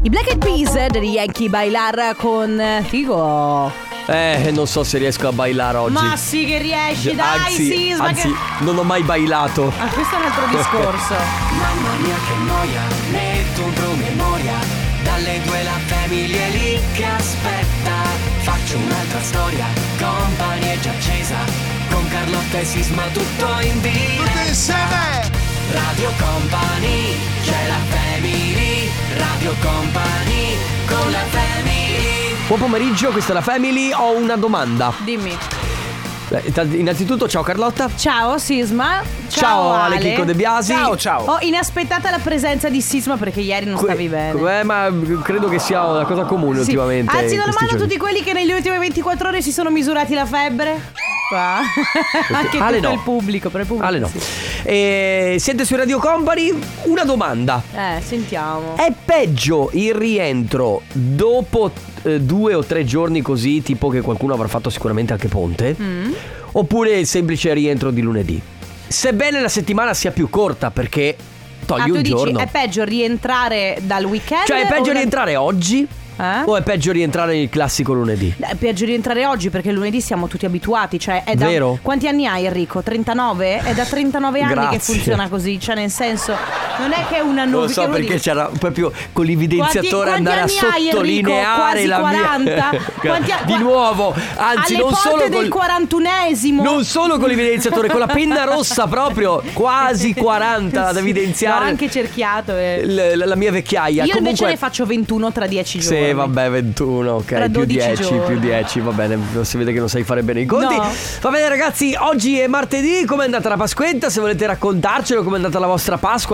Black Eyed Peas degli Yankee bailar con Tigo. Non so se riesco a bailare oggi. Ma sì che riesci, dai, Sisma. Anzi, non ho mai bailato. Ah, questo è un altro discorso. Mamma mia che noia, metto un promemoria. Dalle 2 la famiglia è lì che aspetta. Faccio un'altra storia, Company è già accesa. Con Carlotta e Sisma tutto in diretta. Tutti insieme! Radio Company, c'è la family. Radio Company, con la family. Buon pomeriggio, questa è la Family. Ho una domanda. Dimmi. Innanzitutto ciao Carlotta. Ciao Sisma. Ciao Ale Chicco De Biasi. Ciao. Ho inaspettata la presenza di Sisma perché ieri non stavi bene. Ma credo che sia una cosa comune ultimamente. Alzi la mano a tutti quelli che negli ultimi 24 ore si sono misurati la febbre. Qua. Anche Ale tutto no. il pubblico, per il pubblico. Ale no. Sì. Siete su Radio Company. Una domanda. Sentiamo. È peggio il rientro dopo 2 o 3 giorni così, tipo che qualcuno avrà fatto sicuramente anche ponte, oppure il semplice rientro di lunedì? Sebbene la settimana sia più corta, perché togli un giorno. È peggio rientrare dal weekend? Cioè è peggio rientrare oggi? O è peggio rientrare nel classico lunedì? È peggio rientrare oggi perché lunedì siamo tutti abituati. Cioè è da... Vero? Quanti anni hai Enrico? 39? È da 39 anni Grazie. che funziona così. Cioè nel senso, non è che è una novità. Non lo so perché c'era proprio con l'evidenziatore andare a sottolineare la 40? mia di nuovo. Anzi, alle non porte solo del 41esimo. Non solo con l'evidenziatore, con la penna rossa proprio quasi 40 ad evidenziare. L'ho anche cerchiato. La mia vecchiaia. Io Comunque invece ne faccio 21 tra 10 giorni. Sì, vabbè, 21, ok, tra più 10, giorni. più 10, va bene, si vede che non sai fare bene i conti. No. Va bene ragazzi, oggi è martedì, com'è andata la Pasquetta? Se volete raccontarcelo, com'è andata la vostra Pasqua,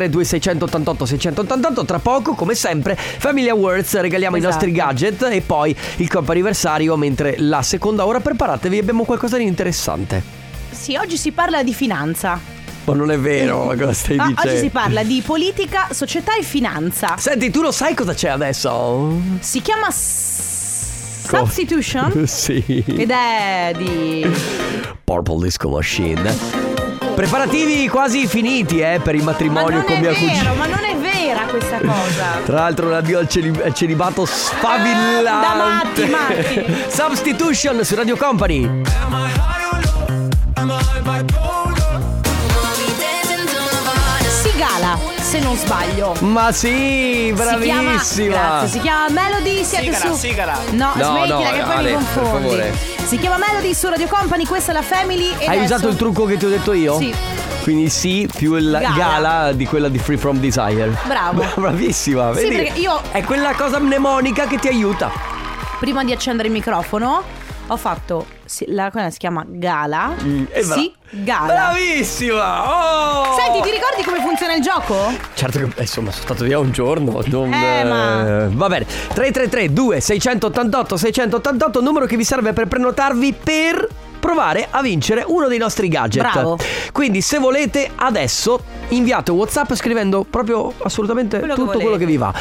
333-2688-688. Tra poco, come sempre, Family Awards, regaliamo i nostri gadget e poi il comp'anniversario, mentre la seconda ora preparatevi, abbiamo qualcosa di interessante. Sì, oggi si parla di finanza. Ma non è vero, ma cosa stai dicendo? Oggi si parla di politica, società e finanza. Senti, tu lo sai cosa c'è adesso? Si chiama Substitution. Sì. Ed è di Purple Disco Machine. Preparativi quasi finiti per il matrimonio con mia cugina. Ma non è vera questa cosa. Tra l'altro un addio al celibato sfavillante. Da matti. Substitution su Radio Company. Sigala, se non sbaglio. Ma sì, bravissima. Si chiama Melody. Siete su. Sigala. No, smettila che poi Ale, mi confondi. per favore. Si chiama Melody su Radio Company. Questa è la Family. E Hai adesso... usato il trucco che ti ho detto io? Sì. Quindi sì, più il gala di quella di Free From Desire. Bravo. Bravissima, Sì, vedi? perché io È quella cosa mnemonica che ti aiuta. prima di accendere il microfono ho fatto quella si chiama gala. Sì, gala. Bravissima. Oh! Senti, ti ricordi come funziona il gioco? Certo che insomma sono stato via un giorno. Ma va bene. 333-2688-688, numero che vi serve per prenotarvi per provare a vincere uno dei nostri gadget. Bravo. Quindi se volete adesso inviate WhatsApp scrivendo proprio assolutamente tutto quello che vi va.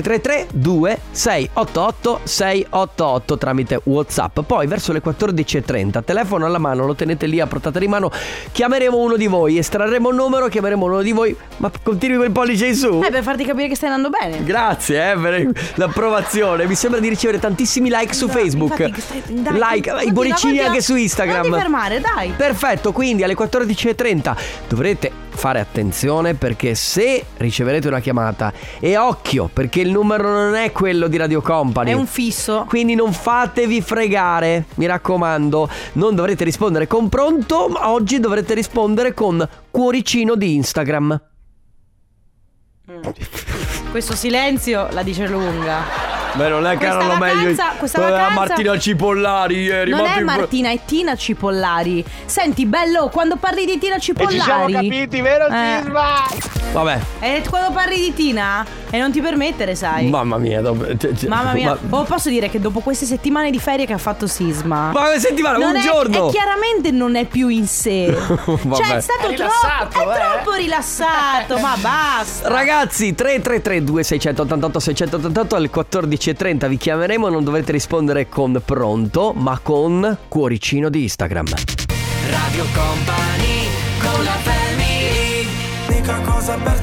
333-2688-688 tramite WhatsApp. Poi verso le 14:30, telefono alla mano, lo tenete lì a portata di mano, chiameremo uno di voi, estrarremo un numero, chiameremo uno di voi. Ma continui quel pollice in su? per farti capire che stai andando bene. Grazie per l'approvazione. Mi sembra di ricevere tantissimi like su Facebook. I cuoricini anche su Instagram. Non ti fermare, dai. Perfetto, quindi alle 14:30 dovrete fare attenzione, perché se riceverete una chiamata, e occhio perché il numero non è quello di Radio Company, è un fisso. quindi non fatevi fregare, mi raccomando. Non dovrete rispondere con pronto, ma oggi dovrete rispondere con cuoricino di Instagram. Questo silenzio la dice lunga. Beh, non è che Questa erano meglio questa vacanza Martina Cipollari ieri. non è Martina, è Tina Cipollari. Senti, bello, quando parli di Tina Cipollari, E ci siamo capiti, vero Sisma? Vabbè, quando parli di Tina e non ti permettere, sai. mamma mia, Mamma mia. Posso dire che dopo queste settimane di ferie che ha fatto Sisma, Ma che settimana? Un giorno? E chiaramente non è più in sé. Cioè è stato troppo rilassato. Ma basta. Ragazzi, 333-2688-688 alle 14:30 vi chiameremo. Non dovrete rispondere con pronto, ma con cuoricino di Instagram. Radio Company con la family. L'unica cosa per te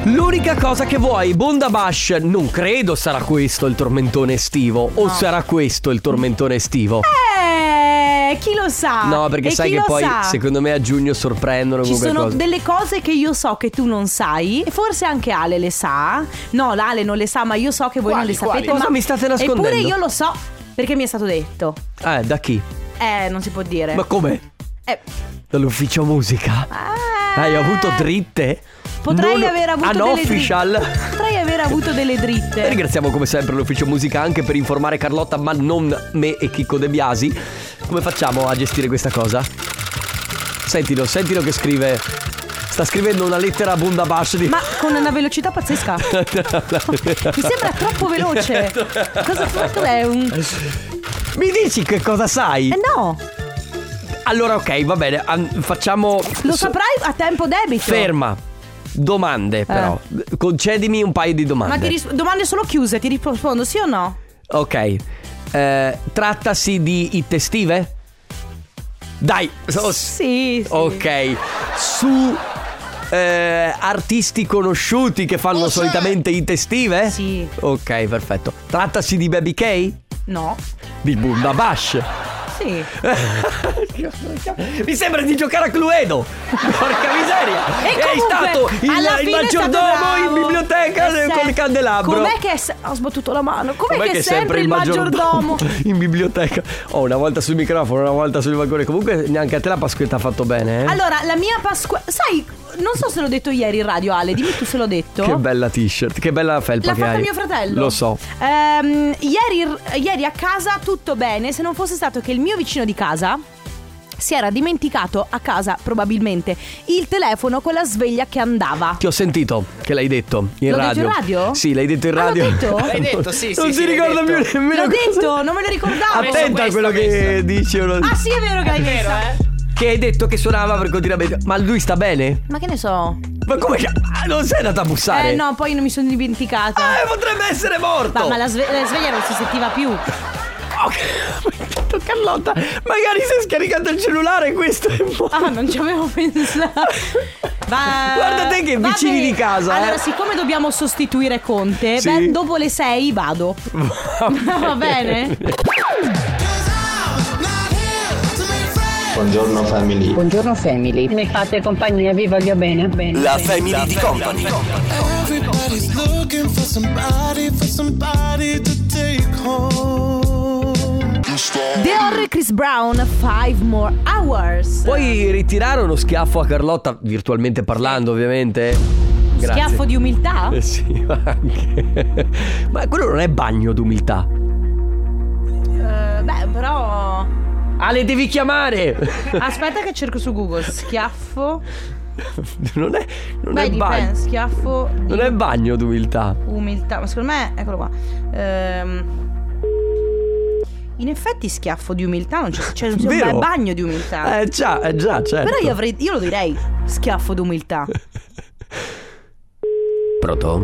L'unica cosa che vuoi, Bundabash, non credo sarà questo il tormentone estivo. O sarà questo il tormentone estivo? Chi lo sa? No, perché sai che poi secondo me a giugno sorprendono ci con qualcosa. Ci sono delle cose che io so che tu non sai. E forse anche Ale le sa. No, l'Ale non le sa, ma io so che voi non le sapete. Cosa mi state nascondendo? Eppure io lo so, perché mi è stato detto. Da chi? Non si può dire. Ma come? Dall'ufficio musica? Hai avuto dritte? Potrei aver avuto delle unofficial. dritte. Potrei aver avuto delle dritte. E ringraziamo come sempre l'ufficio musica anche per informare Carlotta, ma non me e Chicco De Biasi. Come facciamo a gestire questa cosa? Sentilo che scrive. Sta scrivendo una lettera a Bundabash ma con una velocità pazzesca. Mi sembra troppo veloce. Cos'è Mi dici che cosa sai? No. Allora ok, va bene, facciamo. Lo saprai a tempo debito. Ferma. Domande però. Concedimi un paio di domande. Ma domande solo chiuse, ti rispondo sì o no? Ok. Trattasi di hit estive? Dai. Sì. Ok. Su artisti conosciuti che fanno solitamente hit estive? Sì. Ok, perfetto. Trattasi di Baby K? No. Di Bundabash? Sì. Mi sembra di giocare a Cluedo. Porca miseria. E è stato il maggiordomo in biblioteca col candelabro. Com'è che ho sbattuto la mano? Com'è che è sempre il maggiordomo in biblioteca? Una volta sul microfono, una volta sul balcone. Comunque neanche a te la Pasquetta ha fatto bene, Allora la mia Pasquetta, sai, non so se l'ho detto ieri in radio, Ale, dimmi tu se l'ho detto. Che bella t-shirt, che bella felpa che hai. L'ha fatta mio fratello. Lo so. Ieri a casa tutto bene, se non fosse stato che il mio vicino di casa si era dimenticato a casa probabilmente il telefono con la sveglia che andava. Ti ho sentito che l'hai detto in radio. L'ho detto in radio? Sì, l'hai detto in radio. L'ho detto? L'hai detto, sì. Non si ricorda più nemmeno. L'ho detto, non me lo ricordavo. Attenta a quello che dici. Ah sì, è vero che l'hai detto. Che hai detto che suonava per continuare. Ma lui sta bene? Ma che ne so? Ma come? Non sei andata a bussare? No, poi non mi sono dimenticata. Potrebbe essere morto. Ma la sveglia non si sentiva più. Ok, Carlotta, magari si è scaricato il cellulare, questo è morto. Non ci avevo pensato. Guarda te che vicini di casa. Allora, siccome dobbiamo sostituire Conte, sì. dopo le 6 vado. Va bene? Buongiorno family. Buongiorno family. Mi fate compagnia, vi voglio bene. La family di Company. Everybody's looking for somebody to take home. Dior e Chris Brown, 5 More Hours. Puoi ritirare uno schiaffo a Carlotta, virtualmente parlando ovviamente? Grazie. Schiaffo di umiltà? Sì, anche. Ma quello non è bagno d'umiltà. Però Ale, devi chiamare. aspetta che cerco su Google. Schiaffo. Non è Dipende, bagno. schiaffo di Non è bagno d'umiltà. umiltà. Ma secondo me, eccolo qua. In effetti schiaffo di umiltà non c'è, non Vero? è bagno di umiltà. Già, certo. Però io lo direi schiaffo d'umiltà. Pronto?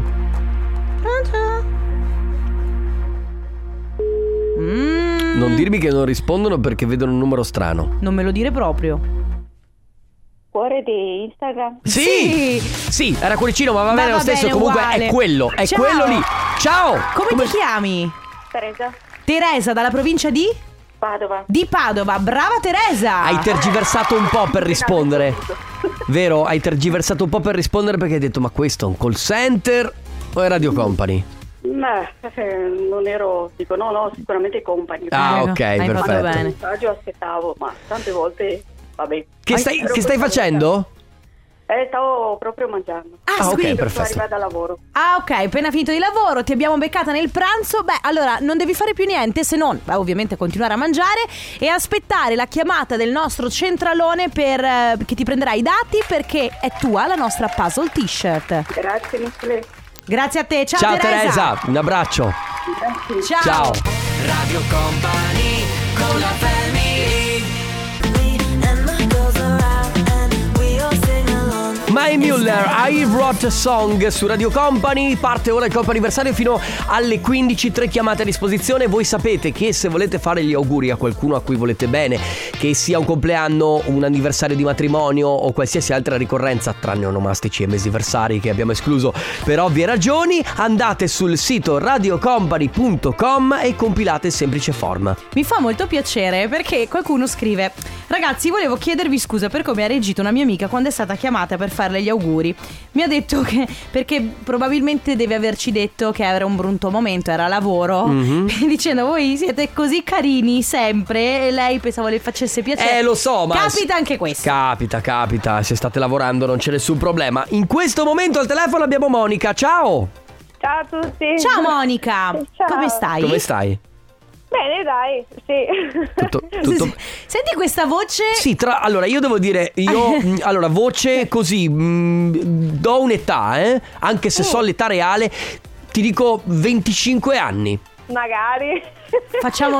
Non dirmi che non rispondono perché vedono un numero strano. Non me lo dire proprio. Cuore di Instagram. Sì, era cuoricino, ma va bene lo stesso. bene, Comunque uguale. è quello Ciao. lì. Ciao. Come ti chiami? Teresa, dalla provincia di? Padova. Di Padova, brava Teresa. Hai tergiversato un po' per rispondere. Vero? Hai tergiversato un po' per rispondere perché hai detto ma questo è un call center o è Radio Company? Non ero, dico no, sicuramente Company. Ok, Hai fatto perfetto. bene. Il messaggio aspettavo, ma tante volte, vabbè. Che stai facendo? Stavo proprio mangiando. Ok, Sono perfetto. arrivata a lavoro. Ok, appena finito di lavoro, ti abbiamo beccata nel pranzo. Allora non devi fare più niente se non, ovviamente, continuare a mangiare e aspettare la chiamata del nostro centralone che ti prenderà i dati perché è tua la nostra puzzle t-shirt. Grazie mille. Grazie a te, ciao Teresa, un abbraccio. Ciao. Radio Company con la family. Ma Mai Muller, I Wrote a Song su Radio Company. Parte ora il comp'anniversario fino alle 15, 3 chiamate a disposizione. Voi sapete che se volete fare gli auguri a qualcuno a cui volete bene, che sia un compleanno, un anniversario di matrimonio o qualsiasi altra ricorrenza, tranne onomastici e mesiversari che abbiamo escluso per ovvie ragioni, andate sul sito radiocompany.com e compilate il semplice form. Mi fa molto piacere perché qualcuno scrive: ragazzi, volevo chiedervi scusa per come ha reagito una mia amica quando è stata chiamata per farle gli auguri. Mi ha detto che, perché probabilmente deve averci detto che era un brutto momento, era lavoro, dicendo voi siete così carini sempre, e lei pensavo le facesse piacere. Lo so, ma capita anche questo. Capita, se state lavorando non c'è nessun problema. In questo momento al telefono abbiamo Monica. Ciao. Ciao a tutti. Ciao Monica. Ciao. Come stai? Bene, dai, sì. Tutto. Senti questa voce. Sì, allora io devo dire, allora voce così, do un'età, anche se so l'età reale, ti dico 25 anni. Magari. Facciamo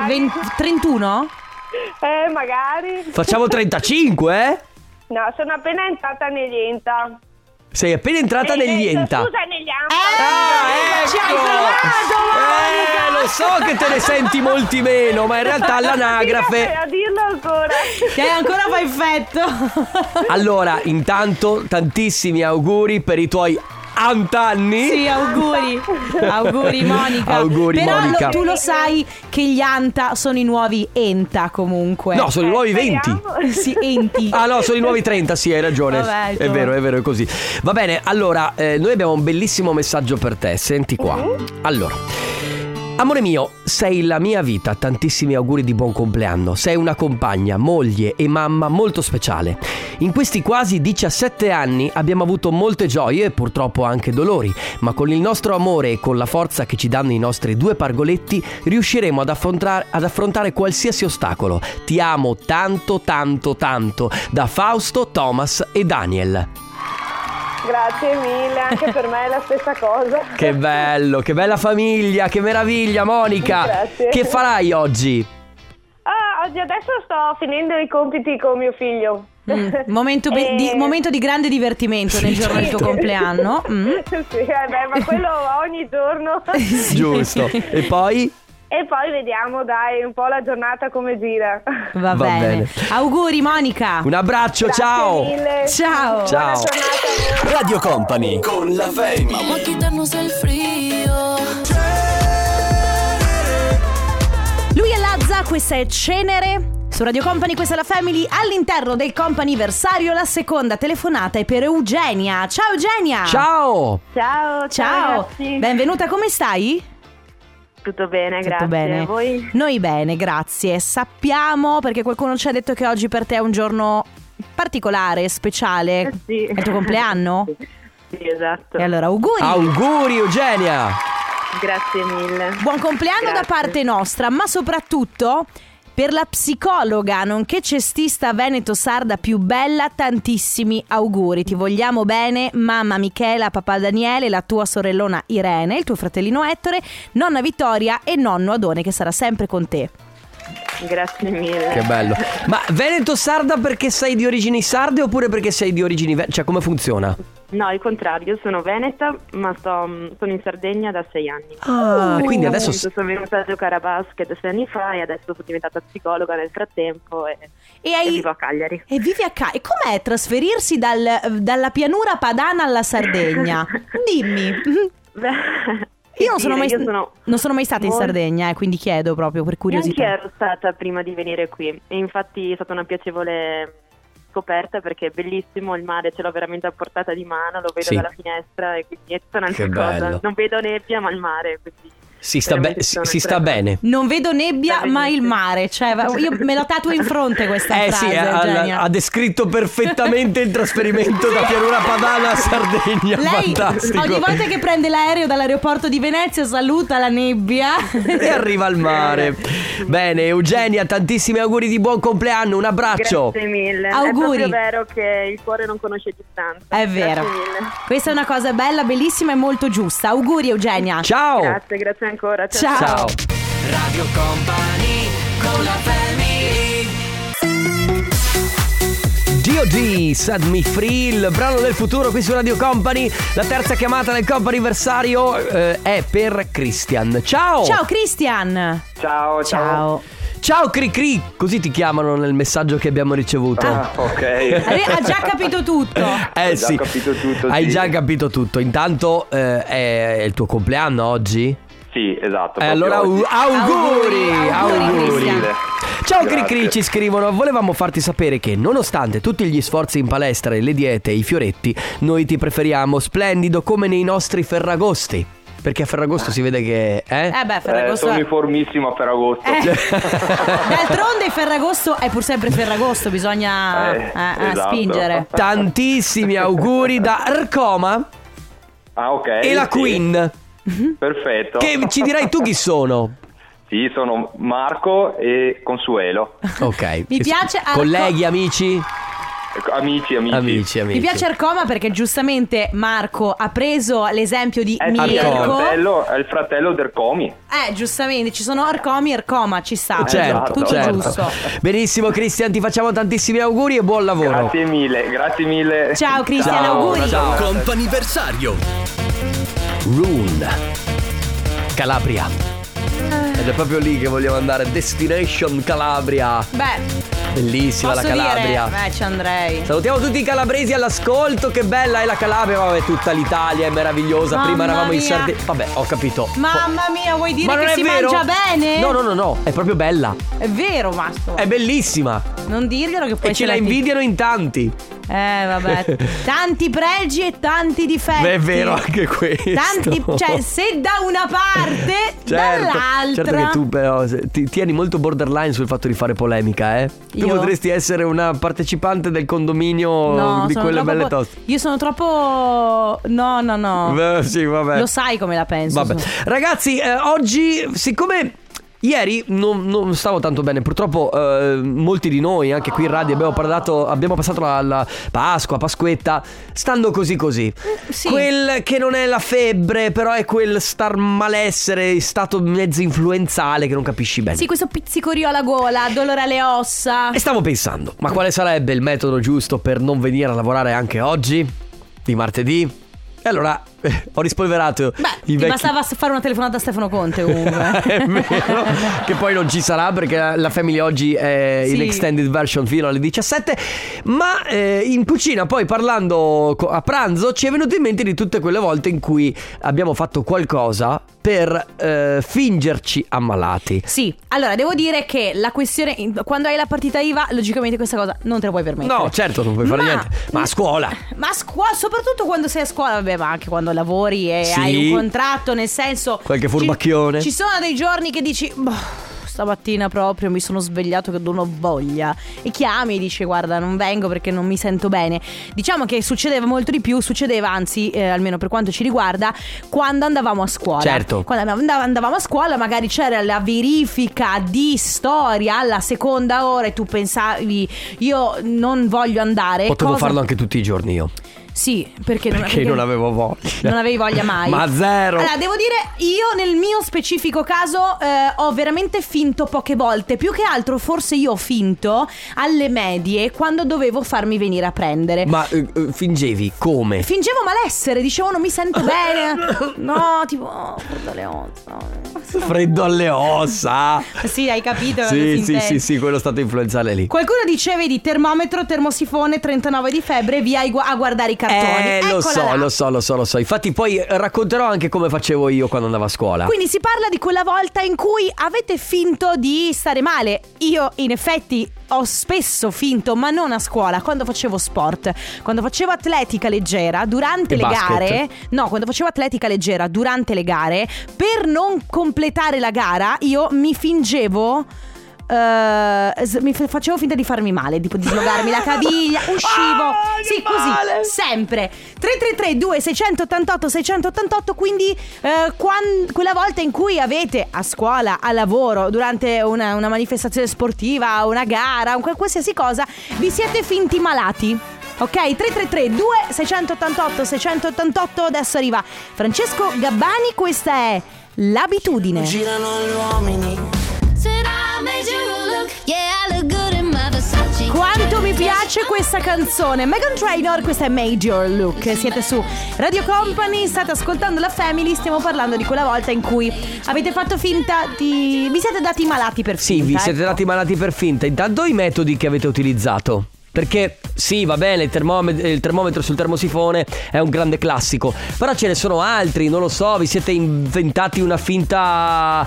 31? Magari. Facciamo 35, No, sono appena entrata negli ENTA. Sei appena entrata negli ENTA. Scusa, negli AMPA. Ci hai provato, lo so che te ne senti molti meno, ma in realtà l'anagrafe. A dirlo ancora. Che ancora fa effetto. Allora, intanto tantissimi auguri per i tuoi anni. Sì, auguri Monica. Auguri però Monica. Tu lo sai che gli Anta sono i nuovi Enta comunque. No, sono i nuovi 20. Sì, Enti. Ah no, sono i nuovi 30, sì, hai ragione. Vabbè, è vero, è così. Va bene, allora, noi abbiamo un bellissimo messaggio per te. Senti qua. Allora, amore mio, sei la mia vita, tantissimi auguri di buon compleanno. Sei una compagna, moglie e mamma molto speciale. In questi quasi 17 anni abbiamo avuto molte gioie e purtroppo anche dolori, ma con il nostro amore e con la forza che ci danno i nostri 2 pargoletti riusciremo ad affrontare qualsiasi ostacolo. Ti amo tanto, tanto, tanto. Da Fausto, Thomas e Daniel. Grazie mille, anche per me è la stessa cosa. Che bello, che bella famiglia, che meraviglia Monica. Grazie. Che farai oggi? Oggi adesso sto finendo i compiti con mio figlio. Momento di grande divertimento nel giorno del tuo compleanno. Sì, ma quello ogni giorno. Giusto. E poi? E poi vediamo, dai, un po' la giornata come gira. Va bene. Auguri Monica. Un abbraccio, Grazie ciao. mille. Ciao. Buona giornata a voi. Radio Company con la Family. Vamos a quitarnos el frío. Lui è Lazza, questa è Cenere. Su Radio Company, questa è la Family. All'interno del comp'anniversario la seconda telefonata è per Eugenia. Ciao Eugenia. Ciao. Ciao, ragazzi. Benvenuta, come stai? Tutto bene, Tutto grazie. bene. Voi? Noi bene, grazie. Sappiamo, perché qualcuno ci ha detto che oggi per te è un giorno particolare, speciale. Sì. È il tuo compleanno? Sì, esatto. E allora auguri. Auguri Eugenia. Grazie mille. Buon compleanno da parte nostra, ma soprattutto per la psicologa nonché cestista veneto-sarda più bella, tantissimi auguri. Ti vogliamo bene, mamma Michela, papà Daniele, la tua sorellona Irene, il tuo fratellino Ettore, nonna Vittoria e nonno Adone, che sarà sempre con te. Grazie mille. Che bello. Ma veneto-sarda perché sei di origini sarde oppure perché sei di origini cioè come funziona? No, il contrario, sono veneta, ma sono in Sardegna da 6 anni. Quindi adesso Sono venuta a giocare a basket 6 anni fa e adesso sono diventata psicologa nel frattempo e vivo a Cagliari. E vivi a Cagliari. E com'è trasferirsi dalla pianura padana alla Sardegna? Dimmi. Io non sono mai stata in Sardegna, quindi chiedo proprio per curiosità. Io anche ero stata prima di venire qui e infatti è stata una piacevole scoperta perché è bellissimo il mare, ce l'ho veramente a portata di mano, lo vedo dalla finestra e quindi è tutta un'altra cosa. Non vedo nebbia ma il mare, quindi si sta bene. Non vedo nebbia ma il mare, cioè io me la tatuo in fronte questa frase. Ha descritto perfettamente il trasferimento da pianura padana a Sardegna. Lei fantastico. ogni volta che prende l'aereo dall'aeroporto di Venezia saluta la nebbia e arriva al mare. Bene Eugenia, tantissimi auguri di buon compleanno, un abbraccio. Grazie mille. Auguri. È proprio vero che il cuore non conosce distanza. È vero. Questa è una cosa bella, bellissima e molto giusta. Auguri Eugenia. Ciao. Grazie ancora. Ciao. Radio Company con la Family. POD, Set Me Free, il brano del futuro qui su Radio Company. La terza chiamata del comp'anniversario è per Christian. Ciao! Ciao Christian! Ciao. Ciao Cri, così ti chiamano nel messaggio che abbiamo ricevuto. Ok. Ha già capito tutto. Ho già capito tutto. Hai sì. già capito tutto. Intanto è il tuo compleanno oggi? Sì, esatto. Allora oggi. auguri. Christian. Ciao Grazie. Cri, ci scrivono: volevamo farti sapere che nonostante tutti gli sforzi in palestra e le diete e i fioretti, noi ti preferiamo splendido come nei nostri Ferragosti. Perché a Ferragosto si vede che Ferragosto sono uniformissimo a Ferragosto. D'altronde Ferragosto è pur sempre Ferragosto. Bisogna esatto. spingere. tantissimi auguri da Rcoma Ah, ok. e la sì. Queen. Perfetto. Che ci dirai tu chi sono? Sì, sono Marco e Consuelo. Ok. Mi piace colleghi, amici? Amici. Mi piace Arcoma perché giustamente Marco ha preso l'esempio di Mirko. È il fratello del Comi. Giustamente ci sono Arcomi e Arcoma, ci sta. Certo, tutto certo. giusto. Benissimo Christian, ti facciamo tantissimi auguri e buon lavoro. Grazie mille. Ciao Christian, auguri. Ciao. Comp'anniversario. Rune, Calabria. Ed è proprio lì che vogliamo andare. Destination Calabria. Bellissima la posso Calabria. dire, ci andrei. Salutiamo tutti i calabresi all'ascolto. Che bella è la Calabria. Vabbè, tutta l'Italia è meravigliosa. Mamma Prima eravamo in mia. Sardegna. Vabbè, ho capito. Mamma mia, vuoi dire Ma non che è si vero? mangia bene? No, è proprio bella. È vero, Masto. È bellissima. Non dirglielo che poi E ce la invidiano in tanti. Vabbè. Tanti pregi e tanti difetti. Beh, è vero anche questo. Cioè, se da una parte, dall'altra. Certo che tu però ti tieni molto borderline sul fatto di fare polemica, eh? Tu Io? potresti essere una partecipante del condominio No, di sono quelle troppo belle toste. Io sono troppo. No. Beh, sì, vabbè. Lo sai come la penso. Vabbè. Ragazzi, oggi, siccome ieri non stavo tanto bene, purtroppo molti di noi, anche qui in radio, abbiamo passato la Pasquetta, stando così. Sì. Quel che non è la febbre, però è quel star malessere, stato mezzo influenzale che non capisci bene. Sì, questo pizzicorio alla gola, dolore alle ossa. E stavo pensando, ma quale sarebbe il metodo giusto per non venire a lavorare anche oggi, di martedì? E allora ho rispolverato Ti bastava fare una telefonata a Stefano Conte comunque. È vero, che poi non ci sarà perché la Family oggi è in extended version fino alle 17. Ma in cucina poi parlando a pranzo ci è venuto in mente di tutte quelle volte in cui abbiamo fatto qualcosa per fingerci ammalati. Sì, allora devo dire che la questione, quando hai la partita IVA, logicamente questa cosa non te la puoi permettere. No, certo, non puoi fare niente. Ma a scuola. Soprattutto quando sei a scuola, vabbè, ma anche quando lavori e hai un contratto, nel senso, qualche furbacchione. Ci sono dei giorni che dici stamattina proprio mi sono svegliato che non ho voglia, e chiami e dici guarda non vengo perché non mi sento bene. Diciamo che succedeva molto di più, anzi almeno per quanto ci riguarda, quando andavamo a scuola. Certo. Quando andavamo a scuola magari c'era la verifica di storia alla seconda ora e tu pensavi io non voglio andare. Potevo farlo anche tutti i giorni io. Sì, perché non avevo voglia. Non avevi voglia mai. Ma zero. Allora, devo dire, io nel mio specifico caso ho veramente finto poche volte. Più che altro forse io ho finto alle medie quando dovevo farmi venire a prendere. Ma fingevi come? Fingevo malessere, dicevo non mi sento bene. No, tipo freddo alle ossa. Freddo alle ossa. Sì, hai capito? Sì, quello è stato influenzale lì. Qualcuno diceva di termometro, termosifone, 39 di febbre, via a guardare i cartoni. Lo so. Infatti poi racconterò anche come facevo io quando andavo a scuola. Quindi si parla di quella volta in cui avete finto di stare male. Io in effetti ho spesso finto, ma non a scuola, quando facevo sport. Quando facevo atletica leggera durante le gare. No, quando facevo atletica leggera durante le gare, per non completare la gara io mi fingevo facevo finta di farmi male, tipo di slogarmi la caviglia, uscivo così, sempre. 333-2688-688. Quindi quella volta in cui avete a scuola, a lavoro, durante una manifestazione sportiva, una gara, qualsiasi cosa, vi siete finti malati. Ok, 333-2688-688. Adesso arriva Francesco Gabbani, questa è L'abitudine. Girano gli uomini. Quanto mi piace piace questa canzone. Meghan Trainor, questa è Made Your Look. Siete su Radio Company, state ascoltando la Family. Stiamo parlando di quella volta in cui avete fatto finta di... vi siete dati malati per finta. Sì, vi siete dati malati per finta. Intanto i metodi che avete utilizzato. Perché sì, va bene, il termometro sul termosifone è un grande classico, però ce ne sono altri, non lo so, vi siete inventati una finta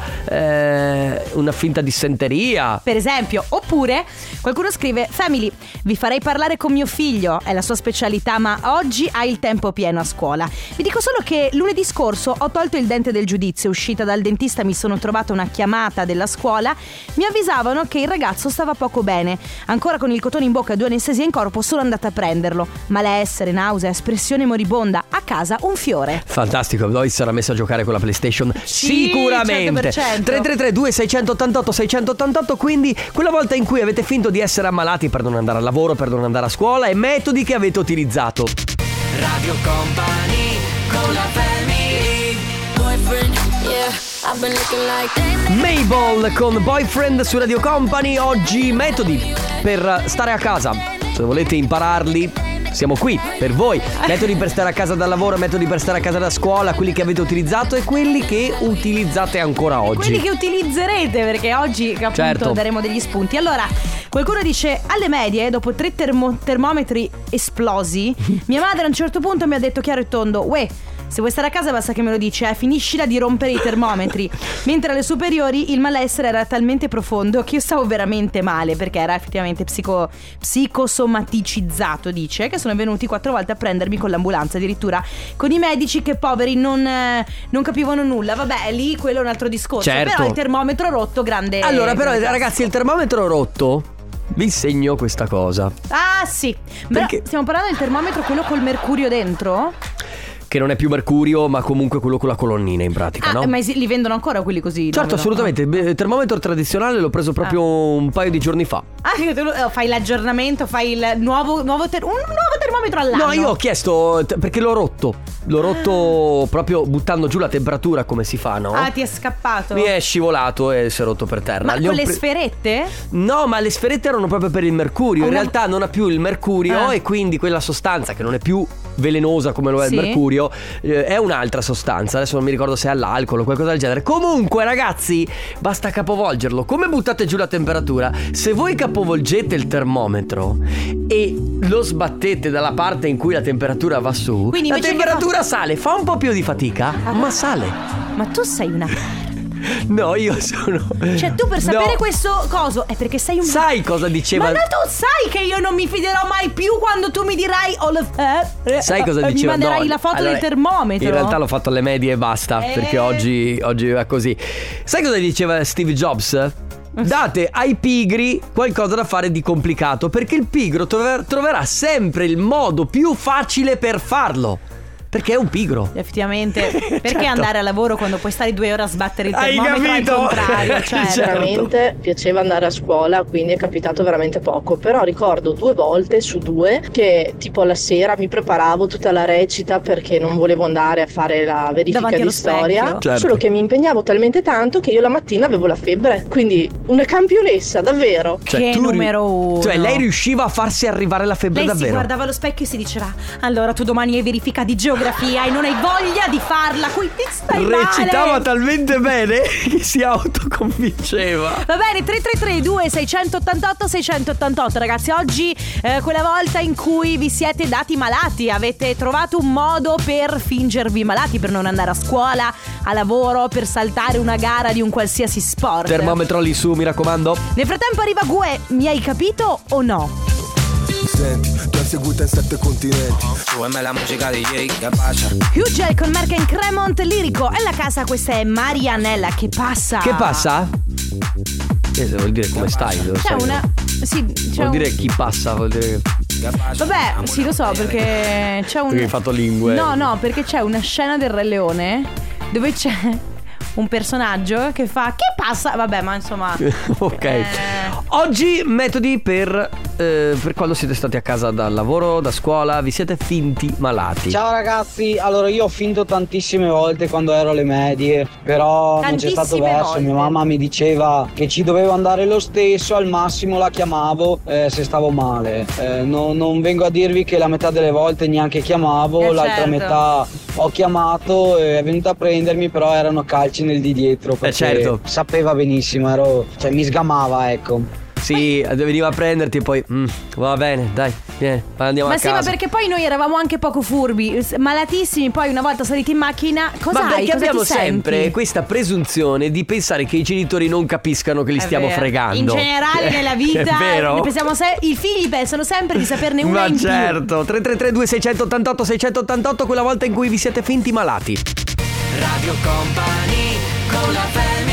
dissenteria, per esempio. Oppure qualcuno scrive: Family, vi farei parlare con mio figlio, è la sua specialità, ma oggi ha il tempo pieno a scuola. Vi dico solo che lunedì scorso ho tolto il dente del giudizio, uscita dal dentista mi sono trovata una chiamata della scuola, mi avvisavano che il ragazzo stava poco bene, ancora con il cotone in bocca e 2 anestesia in corpo, sono andata a prenderlo. Malessere, nausea, espressione moribonda. A casa un fiore. Fantastico, Lois sarà messa a giocare con la PlayStation. Sì, sicuramente. 100%. 333 688 688. Quindi quella volta in cui avete finto di essere ammalati per non andare al lavoro, per non andare a scuola, e metodi che avete utilizzato. Radio Company con la Family. Boyfriend, yeah, I've been looking like Mabel con Boyfriend su Radio Company. Oggi metodi per stare a casa. Se volete impararli, siamo qui per voi. Metodi per stare a casa dal lavoro, metodi per stare a casa da scuola, quelli che avete utilizzato e quelli che utilizzate ancora oggi. Quelli che utilizzerete, perché oggi appunto certo daremo degli spunti. Allora, qualcuno dice: alle medie, dopo 3 termometri esplosi, mia madre a un certo punto mi ha detto chiaro e tondo: uè, se vuoi stare a casa basta che me lo dici, finiscila di rompere i termometri. Mentre alle superiori il malessere era talmente profondo che io stavo veramente male, perché era effettivamente psicosomaticizzato. Dice che sono venuti 4 volte a prendermi con l'ambulanza, addirittura con i medici che poveri non capivano nulla. Vabbè, lì quello è un altro discorso. Certo. Però il termometro rotto, grande. Allora però ragazzi, il termometro rotto, vi insegno questa cosa. Ah sì, però stiamo parlando del termometro quello col mercurio dentro? Che non è più mercurio, ma comunque quello con la colonnina in pratica, no? Ma li vendono ancora quelli così? Certo, assolutamente. Il termometro tradizionale l'ho preso proprio un paio di giorni fa. Tu fai l'aggiornamento, fai il un nuovo termometro all'anno. No, io ho chiesto perché l'ho rotto proprio buttando giù la temperatura, come si fa, no? Ti è scappato. Mi è scivolato e si è rotto per terra. Ma con le sferette? No, ma le sferette erano proprio per il mercurio. In realtà non ha più il mercurio e quindi quella sostanza che non è più velenosa come lo è il mercurio è un'altra sostanza. Adesso non mi ricordo se è all'alcol o qualcosa del genere. Comunque ragazzi, basta capovolgerlo. Come buttate giù la temperatura, se voi capovolgete il termometro e lo sbattete dalla parte in cui la temperatura va su, quindi la temperatura sale. Fa un po' più di fatica, ma sale. Ma tu sei una... No, io sono... Cioè tu per sapere questo coso è perché sei un... Sai cosa diceva? Ma no, tu sai che io non mi fiderò mai più quando tu mi dirai sai cosa diceva? Mi manderai la foto del termometro. In realtà l'ho fatto alle medie e basta, perché oggi va così. Sai cosa diceva Steve Jobs? Date ai pigri qualcosa da fare di complicato, perché il pigro troverà sempre il modo più facile per farlo. Perché è un pigro. Effettivamente. Perché certo, andare a lavoro quando puoi stare 2 ore a sbattere il termometro? Hai capito? Al contrario, cioè, veramente piaceva andare a scuola, quindi è capitato veramente poco. Però ricordo 2 volte su 2 che tipo la sera mi preparavo tutta la recita perché non volevo andare a fare la verifica di storia, certo, solo che mi impegnavo talmente tanto che io la mattina avevo la febbre. Quindi una campionessa, davvero. Cioè, che numero 1. Cioè lei riusciva a farsi arrivare la febbre. Lei davvero? Si guardava allo specchio e si diceva: allora tu domani hai verifica di geografia e non hai voglia di farla, quindi stai recitava male. Talmente bene che si autoconvinceva. Va bene, 333 688 688. Ragazzi, oggi quella volta in cui vi siete dati malati, avete trovato un modo per fingervi malati, per non andare a scuola, a lavoro, per saltare una gara di un qualsiasi sport. Termometro lì su, mi raccomando. Nel frattempo arriva Gue, mi hai capito o no? Senti, ti ho seguito in 7 continenti. Súbeme la musica DJ, che passa? Hugel con Mark and Cremont, lirico. E la casa, questa è Marianella. Che passa? Che passa? Vuol dire come stai? C'è una... Sì, vuol dire chi passa, vuol dire... Vabbè, sì, lo so, perché c'è un... Perché hai fatto lingue. No, perché c'è una scena del Re Leone dove c'è un personaggio che fa che passa, vabbè, ma insomma. Ok. Oggi metodi per quando siete stati a casa dal lavoro, da scuola, vi siete finti malati. Ciao ragazzi, allora io ho finto tantissime volte quando ero alle medie, però non c'è stato verso, mia mamma mi diceva che ci dovevo andare lo stesso, al massimo la chiamavo se stavo male. Non vengo a dirvi che la metà delle volte neanche chiamavo, l'altra metà ho chiamato, è venuta a prendermi, però erano calci nel di dietro, perché sapeva benissimo, mi sgamava, ecco. Sì, veniva a prenderti e poi va bene, dai, vieni, andiamo a casa. Ma sì, ma perché poi noi eravamo anche poco furbi, malatissimi, poi una volta saliti in macchina, cosa ma perché cosa abbiamo sempre questa presunzione di pensare che i genitori non capiscano che li stiamo fregando. In generale nella vita è vero. I figli pensano sempre di saperne una ma in più. Ma certo, 3332 688 688, quella volta in cui vi siete finti malati. Radio Company con la family.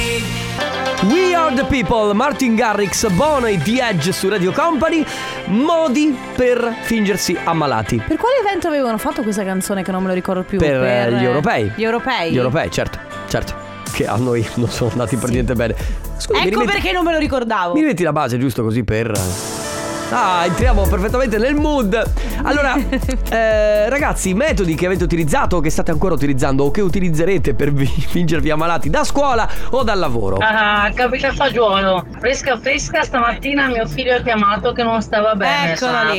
We Are The People, Martin Garrix, Bono e The Edge su Radio Company. Modi per fingersi ammalati. Per quale evento avevano fatto questa canzone che non me lo ricordo più? Per gli europei. Gli europei? Gli europei, certo. Che a noi non sono andati per niente bene. Scusi, perché non me lo ricordavo. Mi metti la base giusto così per... entriamo perfettamente nel mood. Allora, ragazzi, metodi che avete utilizzato o che state ancora utilizzando o che utilizzerete per fingervi ammalati da scuola o dal lavoro? Capita fagiolo, fresca, stamattina mio figlio ha chiamato che non stava bene. Eccolo lì.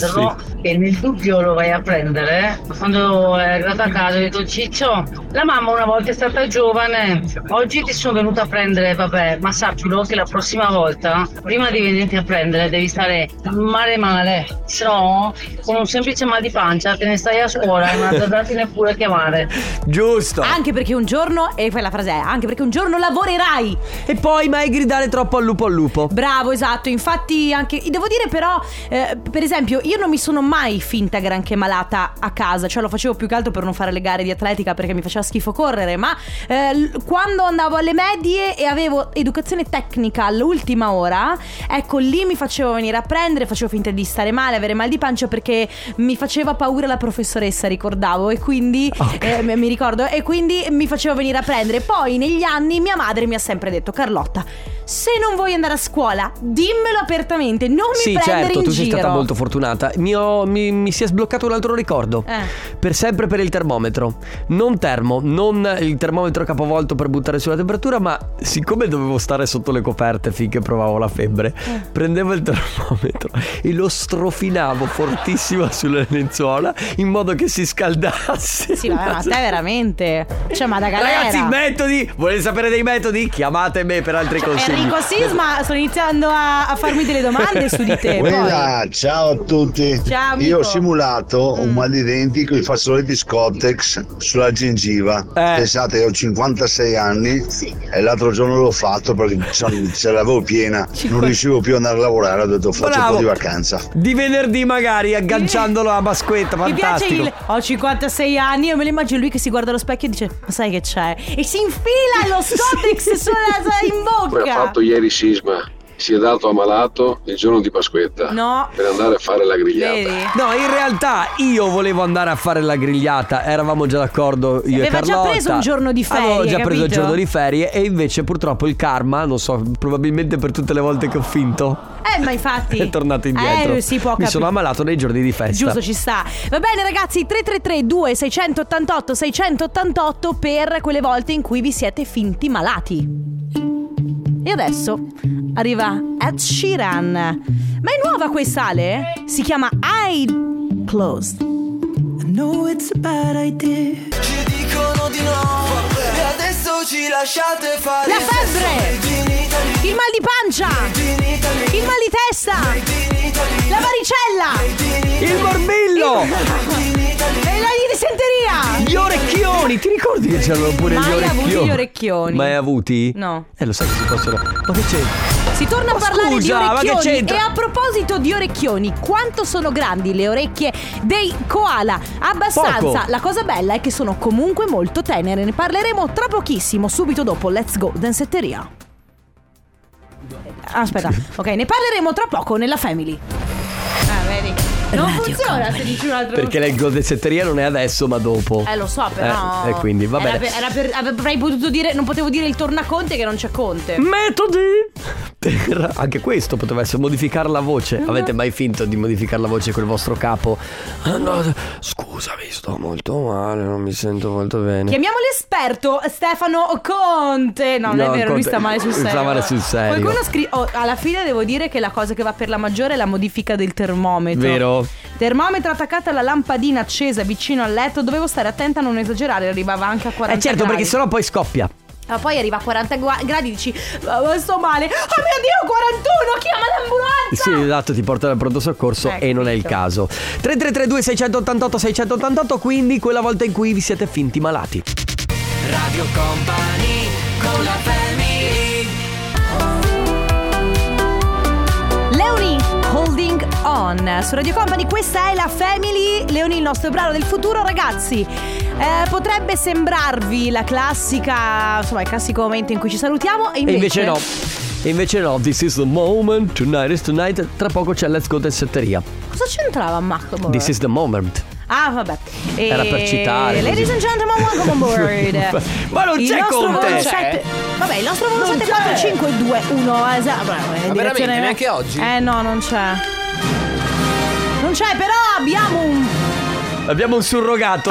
E nel dubbio lo vai a prendere. Quando è arrivato a casa ho detto: Ciccio, la mamma una volta è stata giovane, oggi ti sono venuta a prendere, vabbè, ma sappilo che la prossima volta, prima di venirti a prendere, devi stare male, se no con un semplice mal di pancia te ne stai a scuola e non azzardarti neppure a chiamare. Giusto. Anche perché un giorno, e poi la frase è anche perché un giorno lavorerai e poi mai gridare troppo al lupo. Bravo, esatto. Infatti anche devo dire però per esempio io non mi sono mai finta granché malata a casa, cioè lo facevo più che altro per non fare le gare di atletica perché mi faceva schifo correre, ma quando andavo alle medie e avevo educazione tecnica all'ultima ora, ecco lì mi facevo venire a prendere, facevo finta di stare male, avere mal di pancia perché mi faceva paura la professoressa, ricordavo, e quindi mi ricordo, e quindi mi facevo venire a prendere. Poi negli anni mia madre mi ha sempre detto: Carlotta, se non vuoi andare a scuola dimmelo apertamente, non mi prendere in giro. Tu sei stata molto fortunata. Mi si è sbloccato un altro ricordo. Per sempre per il termometro. Non il termometro capovolto per buttare sulla temperatura, ma siccome dovevo stare sotto le coperte finché provavo la febbre, prendevo il termometro e lo strofinavo fortissimo sulle lenzuola in modo che si scaldasse. Sì, ma a te veramente, cioè, ma da galera. Ragazzi, metodi, volete sapere dei metodi? Chiamate me per altri consigli. Enrico Sisma, sto iniziando a farmi delle domande su di te. Ciao a tutti. Ciao, amico. Io ho simulato un mal di denti con i fazzoletti Scottex sulla gengiva. Pensate che ho 56 anni e l'altro giorno l'ho fatto perché ce l'avevo piena, non riuscivo più ad andare a lavorare, ho detto faccio un po' di vacanza. Di venerdì magari agganciandolo alla basquetta, fantastico. Mi piace ho 56 anni, io me lo immagino lui che si guarda allo specchio e dice: ma sai che c'è? E si infila lo Scottex in bocca. Come ha fatto ieri Sisma, si è dato ammalato il giorno di Pasquetta per andare a fare la grigliata. Vedi? No, in realtà io volevo andare a fare la grigliata, eravamo già d'accordo io e Carlotta. Aveva già preso un giorno di ferie. Avevo già preso il giorno di ferie e invece purtroppo il karma, non so, probabilmente per tutte le volte che ho finto, ma infatti è tornato indietro. Si può Mi sono ammalato nei giorni di festa. Giusto, ci sta. Va bene ragazzi, 333 688 688 per quelle volte in cui vi siete finti malati. E adesso arriva Ed Sheeran. Ma è nuova questa, Ale? Si chiama Eye Closed. I know it's a bad idea. Ci dicono di no e adesso ci lasciate fare. La febbre, il mal di pancia, il mal di testa, la varicella, il morbillo e la disenteria, gli orecchioni. Ti ricordi che c'erano pure mai gli orecchioni? Mai avuti gli orecchioni? Mai avuti? No. Lo sai che si possono. Ma che c'è? Si torna a parlare di ma che orecchioni. c'entra? E a proposito di orecchioni, quanto sono grandi le orecchie dei koala? Abbastanza. Poco. La cosa bella è che sono comunque molto tenere. Ne parleremo tra pochissimo, subito dopo Let's Go Danzetteria. Aspetta, ok, ne parleremo tra poco nella Family. Vedi? Non funziona se dici un'altra perché la godessetteria non è adesso ma dopo. Lo so però. E quindi va bene. Avrei potuto dire, non potevo dire il tornaconte che non c'è Conte. Metodi. Anche questo poteva essere modificare la voce. Avete mai finto di modificare la voce col vostro capo? No, scusami, sto molto male, non mi sento molto bene. Chiamiamo l'esperto Stefano Conte. No, non è vero, lui sta male sul serio. Sta male sul serio. Qualcuno alla fine devo dire che la cosa che va per la maggiore è la modifica del termometro. Vero? Termometro attaccato alla lampadina accesa vicino al letto. Dovevo stare attenta a non esagerare, arrivava anche a 40 certo, gradi. perché sennò poi scoppia. Ma poi arriva a 40 gradi e dici sto male. Oh mio Dio, 41, chiama l'ambulanza. Sì, esatto, ti porta dal pronto soccorso e non è il caso. 3332 688 688, quindi quella volta in cui vi siete finti malati. Radio Company con la family. Leoni, Holding On su Radio Company, questa è la Family. Leoni, il nostro brano del futuro, ragazzi. Potrebbe sembrarvi la classica, insomma, il classico momento in cui ci salutiamo e invece no. E invece no, this is the moment, tonight is tonight. Tra poco c'è Let's Go Dessetteria. Cosa c'entrava Mac? This is the moment. Ah, vabbè. Era per citare. Ladies and gentlemen, welcome on board. Ma non c'è Conte. Vabbè, il nostro volo 745221. Ma veramente neanche oggi? No, non c'è. Non c'è, però abbiamo un surrogato.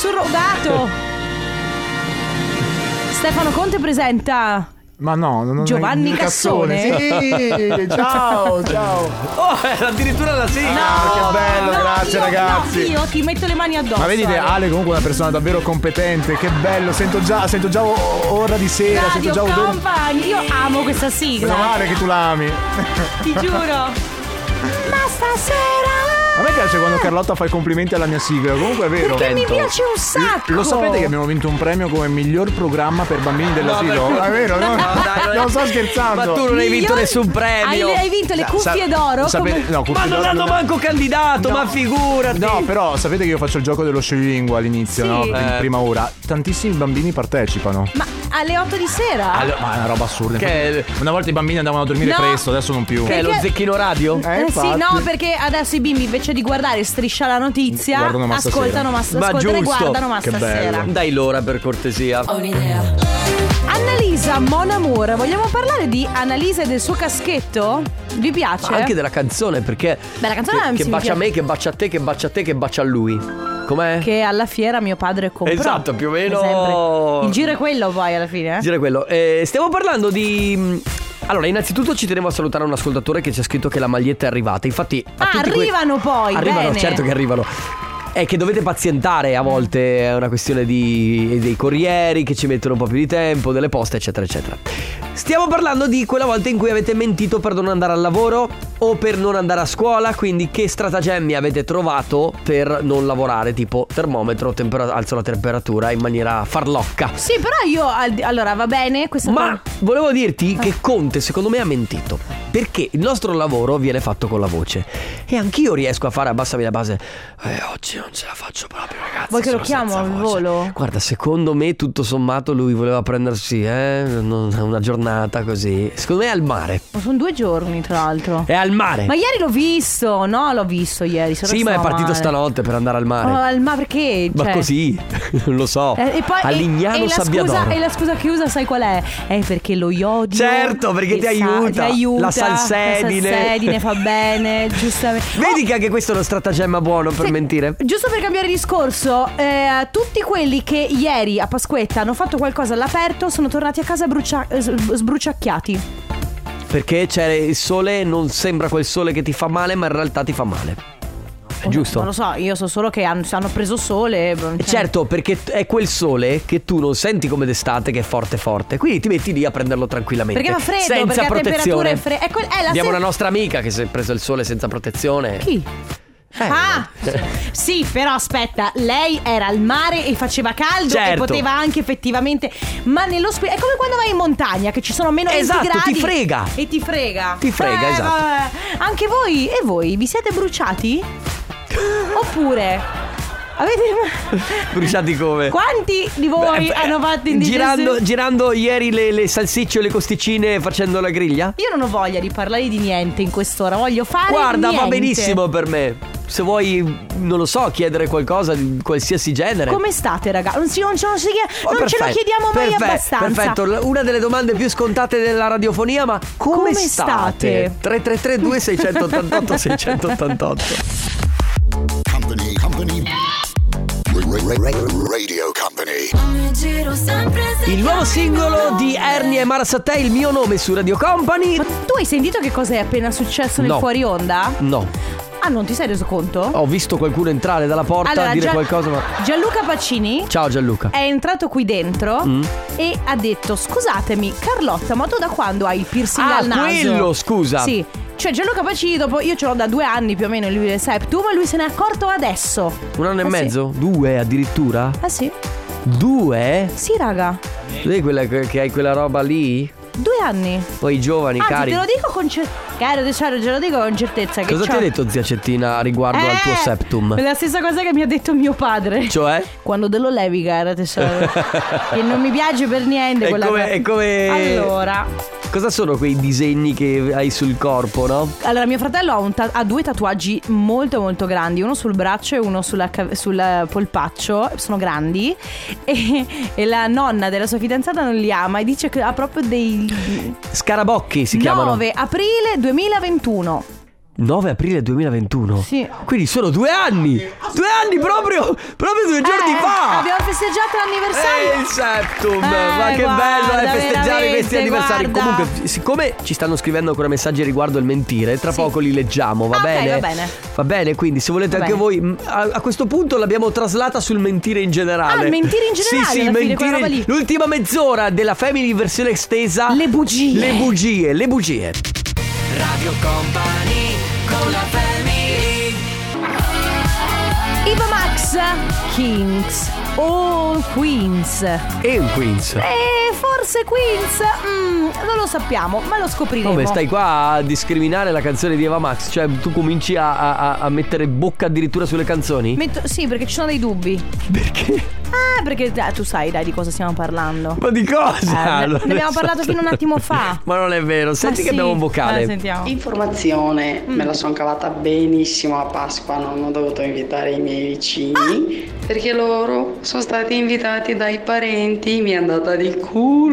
Stefano Conte presenta. Ma no, non Giovanni Cassone. Sì, ciao. Oh, era addirittura la sigla. Che bello, grazie ragazzi. Io ti metto le mani addosso. Ma vedi, Ale comunque è una persona davvero competente. Che bello, sento già ora di sera. Radio sento già Company. Io amo questa sigla. Meno male che tu l'ami. Ti giuro. Ma stasera a me piace quando Carlotta fa i complimenti alla mia sigla. Comunque è vero. Perché mi piace un sacco. Lo sapete che abbiamo vinto un premio come miglior programma per bambini dell'asilo? È vero, no? Non sto scherzando. Ma tu non hai vinto nessun premio. Hai vinto le cuffie d'oro. Ma non hanno manco candidato. Ma figurati. No, però sapete che io faccio il gioco dello scioglilingua all'inizio, no? In prima ora. Tantissimi bambini partecipano. Ma alle 8 di sera? Ma è una roba assurda. Una volta i bambini andavano a dormire presto, adesso non più. Che è lo Zecchino Radio? Sì, no, perché adesso i bimbi invece di guardare Striscia la notizia ascoltano e guardano Ma stasera. Dai l'ora per cortesia. Ho un'idea. Annalisa, Mon Amour. Vogliamo parlare di Annalisa e del suo caschetto? Vi piace? Ma anche della canzone, perché la canzone che bacia a me, che bacia a te, che bacia a te, che bacia a lui. Com'è? Che alla fiera mio padre comprò. Esatto, più o meno. Il giro è quello poi alla fine. Il giro è quello. Stiamo parlando di... Allora, innanzitutto ci tenevo a salutare un ascoltatore che ci ha scritto che la maglietta è arrivata. Infatti arrivano poi. Arrivano, bene. Certo che arrivano. È che dovete pazientare, a volte è una questione dei corrieri che ci mettono un po' più di tempo, delle poste, eccetera eccetera. Stiamo parlando di quella volta in cui avete mentito per non andare al lavoro o per non andare a scuola. Quindi che stratagemmi avete trovato per non lavorare, tipo termometro, alzo la temperatura in maniera farlocca. Sì, però io allora va bene ma volevo dirti che Conte secondo me ha mentito, perché il nostro lavoro viene fatto con la voce e anch'io riesco a fare, abbassami la base, oggi non ce la faccio proprio, ragazzi. Vuoi che lo chiamo al volo? Guarda, secondo me tutto sommato lui voleva prendersi una giornata così. Secondo me è al mare. Ma sono 2 giorni tra l'altro. È al mare. Ma ieri l'ho visto. No, l'ho visto ieri. Sì, ma è partito stanotte per andare al mare. Al mare perché? Ma così, non lo so. E poi a Lignano Sabbiadoro. E la scusa che usa sai qual è? È perché lo iodio. Certo, perché ti aiuta. La salsedine. La salsedine fa bene, giustamente. Vedi che anche questo è uno stratagemma buono per mentire. Giusto per cambiare discorso, tutti quelli che ieri a Pasquetta hanno fatto qualcosa all'aperto sono tornati a casa sbruciacchiati. Perché c'è il sole, non sembra quel sole che ti fa male, ma in realtà ti fa male. È giusto? Non lo so, io so solo che hanno preso sole. Certo, perché è quel sole che tu non senti come d'estate, che è forte forte. Quindi ti metti lì a prenderlo tranquillamente. Perché fa freddo, senza perché protezione. La temperatura è fredda. Abbiamo una nostra amica che si è presa il sole senza protezione. Chi? Sì, però aspetta, lei era al mare e faceva caldo, certo. E poteva anche effettivamente. Ma nello è come quando vai in montagna che ci sono meno 20 gradi. Ti frega. E ti frega. Ti frega, esatto. Anche voi, e voi vi siete bruciati? Oppure avete bruciati come? Quanti di voi hanno fatto indigestione? Girando ieri le salsicce o le costicine facendo la griglia? Io non ho voglia di parlare di niente in quest'ora, voglio fare Guarda, niente. va benissimo per me. se vuoi, non lo so, chiedere qualcosa di qualsiasi genere. Come state, raga? Non ce lo chiediamo mai abbastanza. Perfetto, una delle domande più scontate della radiofonia, ma come state? 333 2688 688. Company. Radio Company. Il nuovo singolo di Ernie e Mara Sattei, Il mio nome, su Radio Company. Ma tu hai sentito che cosa è appena successo nel fuori onda? No. Ah, non ti sei reso conto? Ho visto qualcuno entrare dalla porta a dire qualcosa, ma... Gianluca Pacini. Ciao Gianluca. È entrato qui dentro e ha detto: scusatemi Carlotta, ma tu da quando hai il piercing al naso? Ah, quello, scusa. Sì. Cioè Gianluca Pacini, dopo, io ce l'ho da 2 anni più o meno il septum, e lui se ne è accorto adesso. 1 anno e mezzo? Sì. 2 addirittura? Ah sì. 2? Sì, raga. Vedi quella che hai quella roba lì? 2 anni. Poi i giovani, cari. te lo dico con certezza. Cosa ti ha detto zia Cettina riguardo al tuo septum? La stessa cosa che mi ha detto mio padre. Cioè? Quando te lo levi, cara tesoro. Che non mi piace per niente è come... Allora, cosa sono quei disegni che hai sul corpo, no? Allora, mio fratello ha 2 tatuaggi molto molto grandi, uno sul braccio e uno sul polpaccio. Sono grandi e la nonna della sua fidanzata non li ama e dice che ha proprio dei scarabocchi si chiamano. 9 aprile 2021. 9 aprile 2021? Sì. Quindi sono 2 anni. 2 anni proprio 2 giorni fa. Abbiamo festeggiato l'anniversario. Il septum. Ma che bello festeggiare questi anniversari. Guarda. Comunque, siccome ci stanno scrivendo ancora messaggi riguardo il mentire, tra poco li leggiamo, va bene? Va bene, quindi se volete anche voi, a questo punto l'abbiamo traslata sul mentire in generale. Il mentire in generale? Sì, mentire. L'ultima mezz'ora della Family versione estesa. Le bugie. Radio Company con la Family. Iva Max, Kings o Queens? E un Queens. Forse Queens, non lo sappiamo, ma lo scopriremo. Come stai qua a discriminare la canzone di Eva Max? Cioè tu cominci a mettere bocca addirittura sulle canzoni? Sì, perché ci sono dei dubbi. Perché? Perché tu sai di cosa stiamo parlando. Ma di cosa? Ne abbiamo parlato fino a un attimo fa. Ma non è vero, senti che abbiamo un vocale. Sentiamo. Informazione, me la sono cavata benissimo a Pasqua, non ho dovuto invitare i miei vicini perché loro sono stati invitati dai parenti, mi è andata di culo.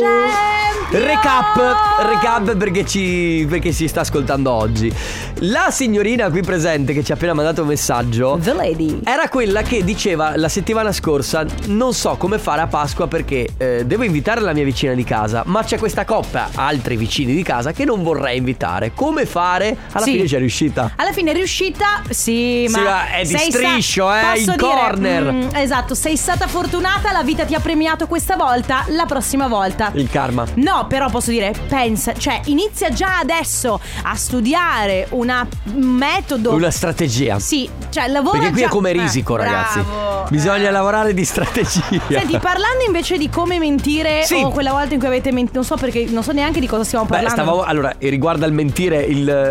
Recap perché ci sta ascoltando oggi. La signorina qui presente che ci ha appena mandato un messaggio, The Lady, era quella che diceva la settimana scorsa: non so come fare a Pasqua perché devo invitare la mia vicina di casa, ma c'è questa coppia, altri vicini di casa, che non vorrei invitare. Come fare? Alla fine c'è riuscita. Alla fine è riuscita, sì, ma è di striscio, in corner. Esatto, sei stata fortunata, la vita ti ha premiato questa volta, la prossima volta il karma. No, però posso dire, pensa, cioè inizia già adesso a studiare un metodo, una strategia. Sì, cioè lavora perché qui già. È come risico, ragazzi. Bisogna lavorare di strategia. Senti, parlando invece di come mentire, o quella volta in cui avete mentito, non so perché, non so neanche di cosa stiamo parlando. Allora, riguarda il mentire,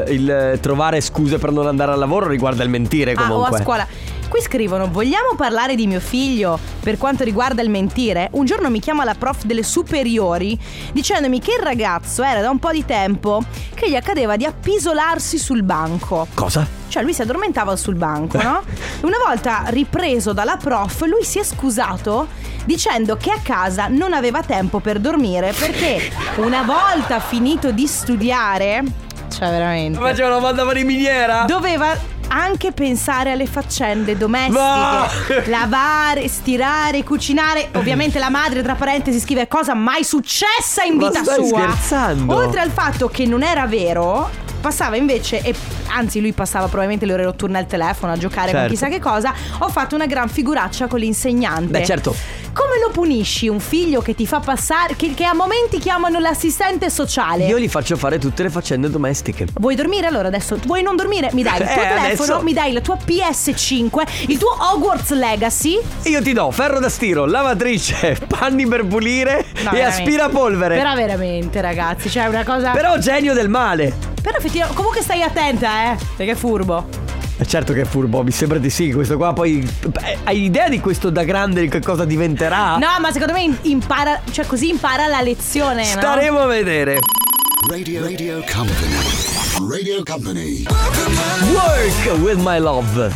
il trovare scuse per non andare al lavoro, riguarda il mentire comunque. O a scuola. Qui scrivono: vogliamo parlare di mio figlio per quanto riguarda il mentire? Un giorno mi chiama la prof delle superiori dicendomi che il ragazzo era da un po' di tempo che gli accadeva di appisolarsi sul banco. Cosa? Cioè lui si addormentava sul banco, no? Una volta ripreso dalla prof, lui si è scusato dicendo che a casa non aveva tempo per dormire perché una volta finito di studiare, cioè veramente, faceva una banda di miniera, doveva anche pensare alle faccende domestiche, lavare, stirare, cucinare. Ovviamente la madre, tra parentesi, scrive: cosa mai successa in vita sua. Scherzando? Oltre al fatto che non era vero, passava invece, e anzi lui passava probabilmente le ore notturne al telefono a giocare con chissà che cosa. Ho fatto una gran figuraccia con l'insegnante. Beh, certo. Come lo punisci un figlio che ti fa passare, che a momenti chiamano l'assistente sociale? Io gli faccio fare tutte le faccende domestiche. Vuoi dormire? Allora adesso vuoi non dormire? Mi dai il tuo telefono, mi dai la tua PS5, il tuo Hogwarts Legacy. E io ti do ferro da stiro, lavatrice, panni per pulire e aspirapolvere. Però veramente, ragazzi, cioè una cosa. Però genio del male. Però effettivamente, comunque stai attenta, perché è furbo. Certo che è furbo, mi sembra di sì. Questo qua poi hai idea di questo da grande che cosa diventerà? No, ma secondo me impara, cioè così impara la lezione. Staremo a vedere. Radio Company. Radio Company. Work with my love.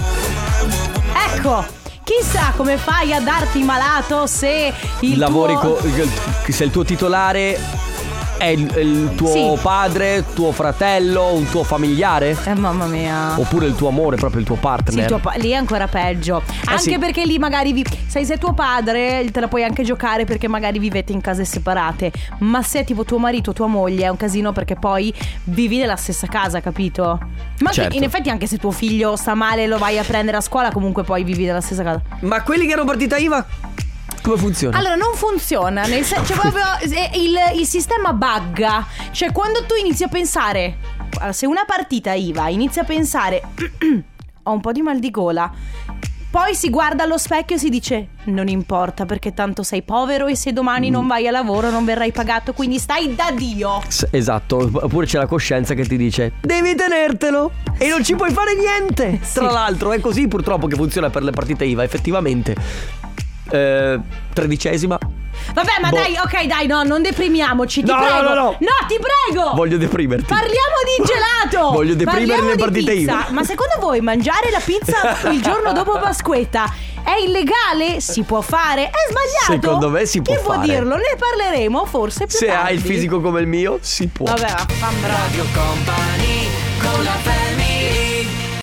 Ecco, chissà come fai a darti malato se il lavori tuo... se il tuo titolare è il tuo padre, tuo fratello, un tuo familiare? Mamma mia. Oppure il tuo amore, proprio il tuo partner. Sì, lì è ancora peggio. Anche perché lì magari se è tuo padre te la puoi anche giocare perché magari vivete in case separate. Ma se è tipo tuo marito o tua moglie è un casino perché poi vivi nella stessa casa, capito? Ma certo. In effetti anche se tuo figlio sta male e lo vai a prendere a scuola, comunque poi vivi nella stessa casa. Ma quelli che hanno partita IVA come funziona? Allora non funziona, cioè proprio il sistema bugga. Cioè quando tu inizi a pensare, se una partita IVA inizia a pensare ho un po' di mal di gola, poi si guarda allo specchio e si dice non importa perché tanto sei povero e se domani non vai a lavoro non verrai pagato, quindi stai da Dio. Esatto, oppure c'è la coscienza che ti dice devi tenertelo e non ci puoi fare niente. Sì. Tra l'altro è così purtroppo che funziona per le partite IVA effettivamente. 13ª. Vabbè, ma dai, ok, dai, no, non deprimiamoci, ti prego. No, ti prego. Voglio deprimerti. Parliamo di gelato. Voglio deprimere le partite IVA. Ma secondo voi mangiare la pizza il giorno dopo Pasquetta è illegale? Si può fare? È sbagliato? Secondo me si può fare. Chi può dirlo? Ne parleremo forse più tardi. Se hai il fisico come il mio, si può. Vabbè, Radio Company con la family.